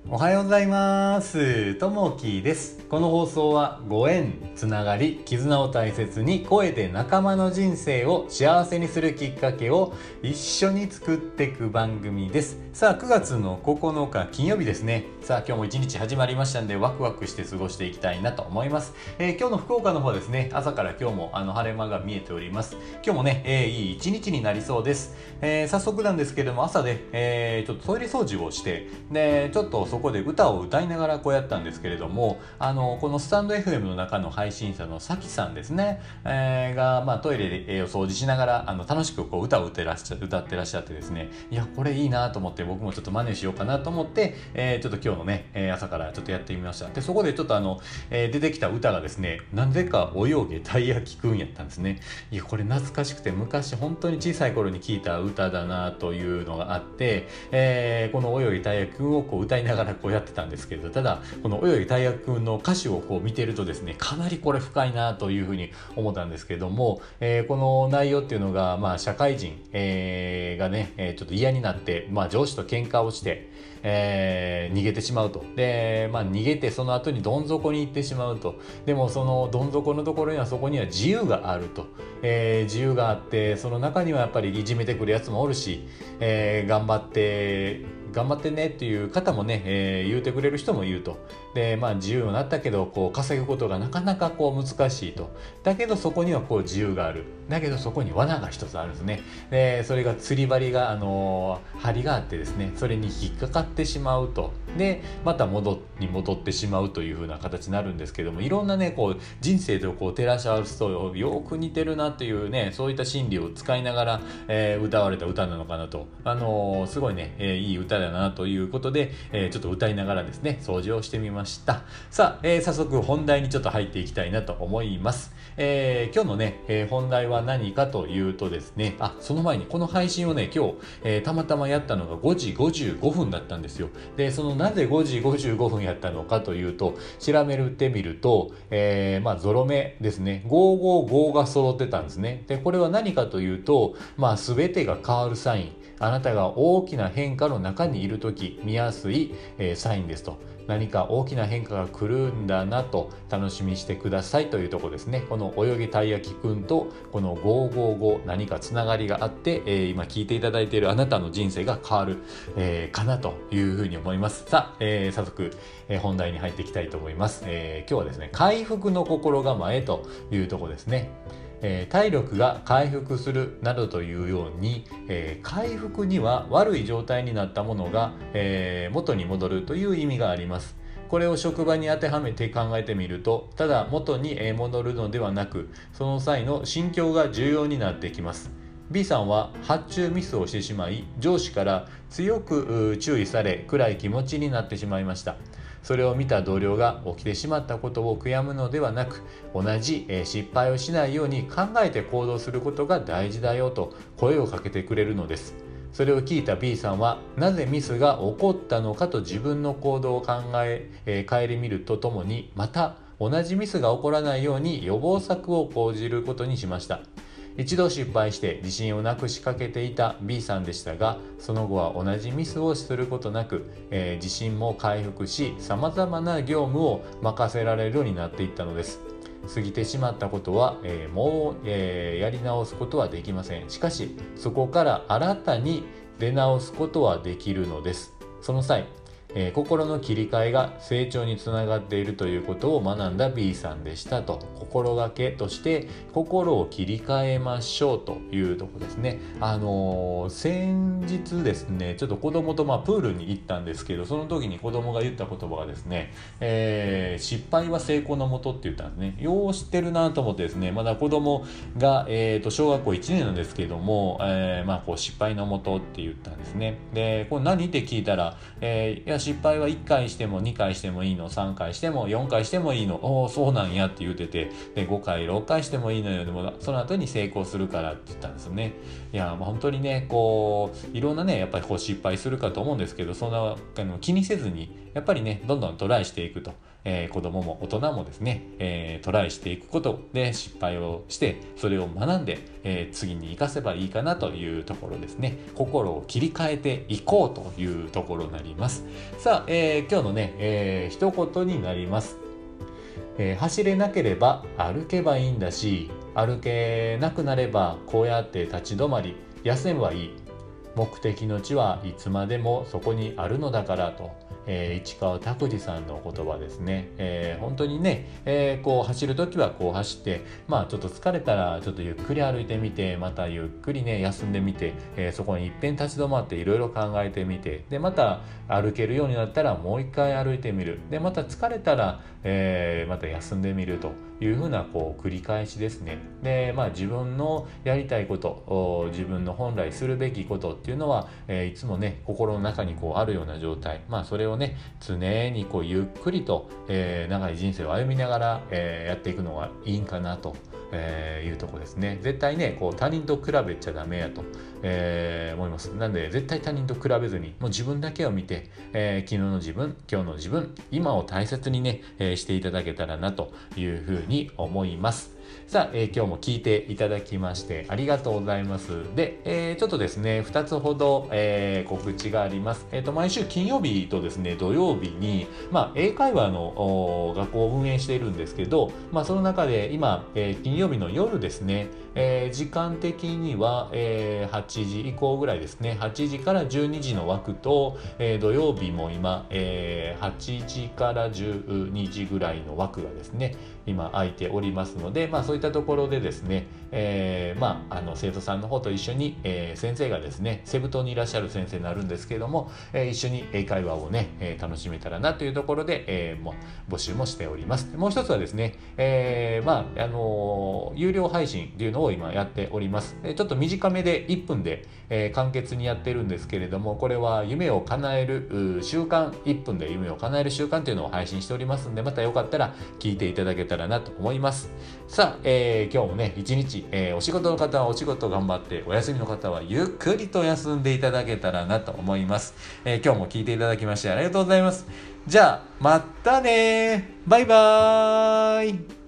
おはようございます。ともきです。この放送はご縁、つながり、絆を大切に声で仲間の人生を幸せにするきっかけを一緒に作っていく番組です。さあ9月の9日金曜日ですね。さあ今日も一日始まりましたんでワクワクして過ごしていきたいなと思います。今日の福岡の方はですね、朝から今日も晴れ間が見えております。今日もね、いい一日になりそうです。早速なんですけども朝で、ちょっとトイレ掃除をしてでちょっとそこで歌を歌いながらこうやったんですけれども、このスタンド FM の中の配信者のさきさんですね、が、トイレで、お掃除しながら楽しくこう歌を歌ってらっしゃってですね、いやこれいいなと思って僕もちょっと真似しようかなと思って、ちょっと今日のね、朝からちょっとやってみました。でそこでちょっと出てきた歌がですね、なぜか泳げたい焼きくんやったんですね。いやこれ懐かしくて昔本当に小さい頃に聞いた歌だなというのがあって、この泳げたい焼きくんをこう歌いながらこうやってたんですけれど、ただこの泳ぎたい焼きくんの歌詞をこう見てるとですね、かなりこれ深いなというふうに思ったんですけれども、この内容っていうのが、社会人、がね、ちょっと嫌になって、上司と喧嘩をして、逃げてしまうと。で、逃げてその後にどん底に行ってしまうと。でもそのどん底のところにはそこには自由があると。自由があって、その中にはやっぱりいじめてくるやつもおるし、頑張ってねっていう方もね、言うてくれる人もいると。で自由になったけどこう稼ぐことがなかなかこう難しいと。だけどそこにはこう自由がある。だけどそこに罠が一つあるんですね。でそれが釣り針が針があってですね、それに引っかかってしまうと。でまた戻ってしまうという風な形になるんですけども、いろんなねこう人生とこう照らし合わすとよく似てるなっていうね、そういった心理を使いながら、歌われた歌なのかなと。すごいね、いい歌だなということで、ちょっと歌いながらですね掃除をしてみました。さあ、早速本題にちょっと入っていきたいなと思います。今日のね、本題は何かというとですね、その前にこの配信をね今日、たまたまやったのが5時55分だったんですよ。でそのなぜ5時55分やったのかというと、調べてみると、ゾロ目ですね、555が揃ってたんですね。でこれは何かというと、全てが変わるサイン、あなたが大きな変化の中にいるとき見やすい、サインですと。何か大きな変化が来るんだなと楽しみにしてくださいというところですね。この泳ぎたい焼きくんとこの555、何かつながりがあって、今聞いていただいているあなたの人生が変わる、かなというふうに思います。さあ、早速、本題に入っていきたいと思います。今日はですね、回復の心構えというところですね。体力が回復するなどというように、回復には悪い状態になったものが、元に戻るという意味があります。これを職場に当てはめて考えてみると、ただ元に戻るのではなく、その際の心境が重要になってきます。B さんは発注ミスをしてしまい、上司から強く注意され暗い気持ちになってしまいました。それを見た同僚が起きてしまったことを悔やむのではなく、同じ失敗をしないように考えて行動することが大事だよと声をかけてくれるのです。それを聞いた B さんは、なぜミスが起こったのかと自分の行動を顧みるとともに、また同じミスが起こらないように予防策を講じることにしました。一度失敗して自信をなくしかけていた B さんでしたが、その後は同じミスをすることなく、自信も回復し、様々な業務を任せられるようになっていったのです。過ぎてしまったことは、もう、やり直すことはできません。しかしそこから新たに出直すことはできるのです。その際、心の切り替えが成長につながっているということを学んだ B さんでしたと。心がけとして心を切り替えましょうというところですね。先日ですね、ちょっと子供とプールに行ったんですけど、その時に子供が言った言葉がですね、失敗は成功のもとって言ったんですね。よう知ってるなと思ってですね、まだ子供が、小学校1年なんですけども、こう失敗のもとって言ったんですね。でこれ何って聞いたら、いや失敗は1回しても2回してもいいの、3回しても4回してもいいの、おおそうなんやって言ってて、で5回6回してもいいのよ、でもその後に成功するからって言ったんですよね。いや本当にねこういろんなねやっぱりこう失敗するかと思うんですけど、そんな気にせずにやっぱりねどんどんトライしていくと。 子供も大人もですね、トライしていくことで失敗をしてそれを学んで、次に生かせばいいかなというところですね。心を切り替えていこうというところになります。さあ、今日のね、一言になります。走れなければ歩けばいいんだし、歩けなくなればこうやって立ち止まり休めばいい。目的の地はいつまでもそこにあるのだからと、市川拓司さんの言葉ですね。本当にね、こう走る時はこう走って、ちょっと疲れたらちょっとゆっくり歩いてみて、またゆっくりね休んでみて、そこにいっぺん立ち止まっていろいろ考えてみて、でまた歩けるようになったらもう一回歩いてみる。でまた疲れたら、また休んでみるというふうなこう繰り返しですね。で自分のやりたいこと、自分の本来するべきことっていうのは、いつもね心の中にこうあるような状態、それをね常にこうゆっくりと、長い人生を歩みながら、やっていくのがいいんかなと、いうところですね。絶対ねこう他人と比べちゃダメやと、思います。なんで絶対他人と比べずにもう自分だけを見て、昨日の自分、今日の自分、今を大切にね、していただけたらなというふうに思います。さあ、今日も聞いていただきましてありがとうございます。で、ちょっとですね2つほど、告知があります。毎週金曜日とですね土曜日に、英会話の学校を運営しているんですけど、その中で今、金曜日の夜ですね、時間的には、8時以降ぐらいですね、8時から12時の枠と、土曜日も今、8時から12時ぐらいの枠がですね今空いておりますので、そういったところでですね、生徒さんの方と一緒に、先生がですねセブ島にいらっしゃる先生になるんですけれども、一緒に英会話をね、楽しめたらなというところで、募集もしております。もう一つはですね、有料配信っていうのを今やっております。ちょっと短めで1分で、簡潔にやってるんですけれども、これは夢を叶える習慣、1分で夢を叶える習慣というのを配信しておりますので、またよかったら聞いていただけたらなと思います。さあ、今日もね一日、お仕事の方はお仕事頑張って、お休みの方はゆっくりと休んでいただけたらなと思います。今日も聞いていただきましてありがとうございます。じゃあまたね、バイバーイ。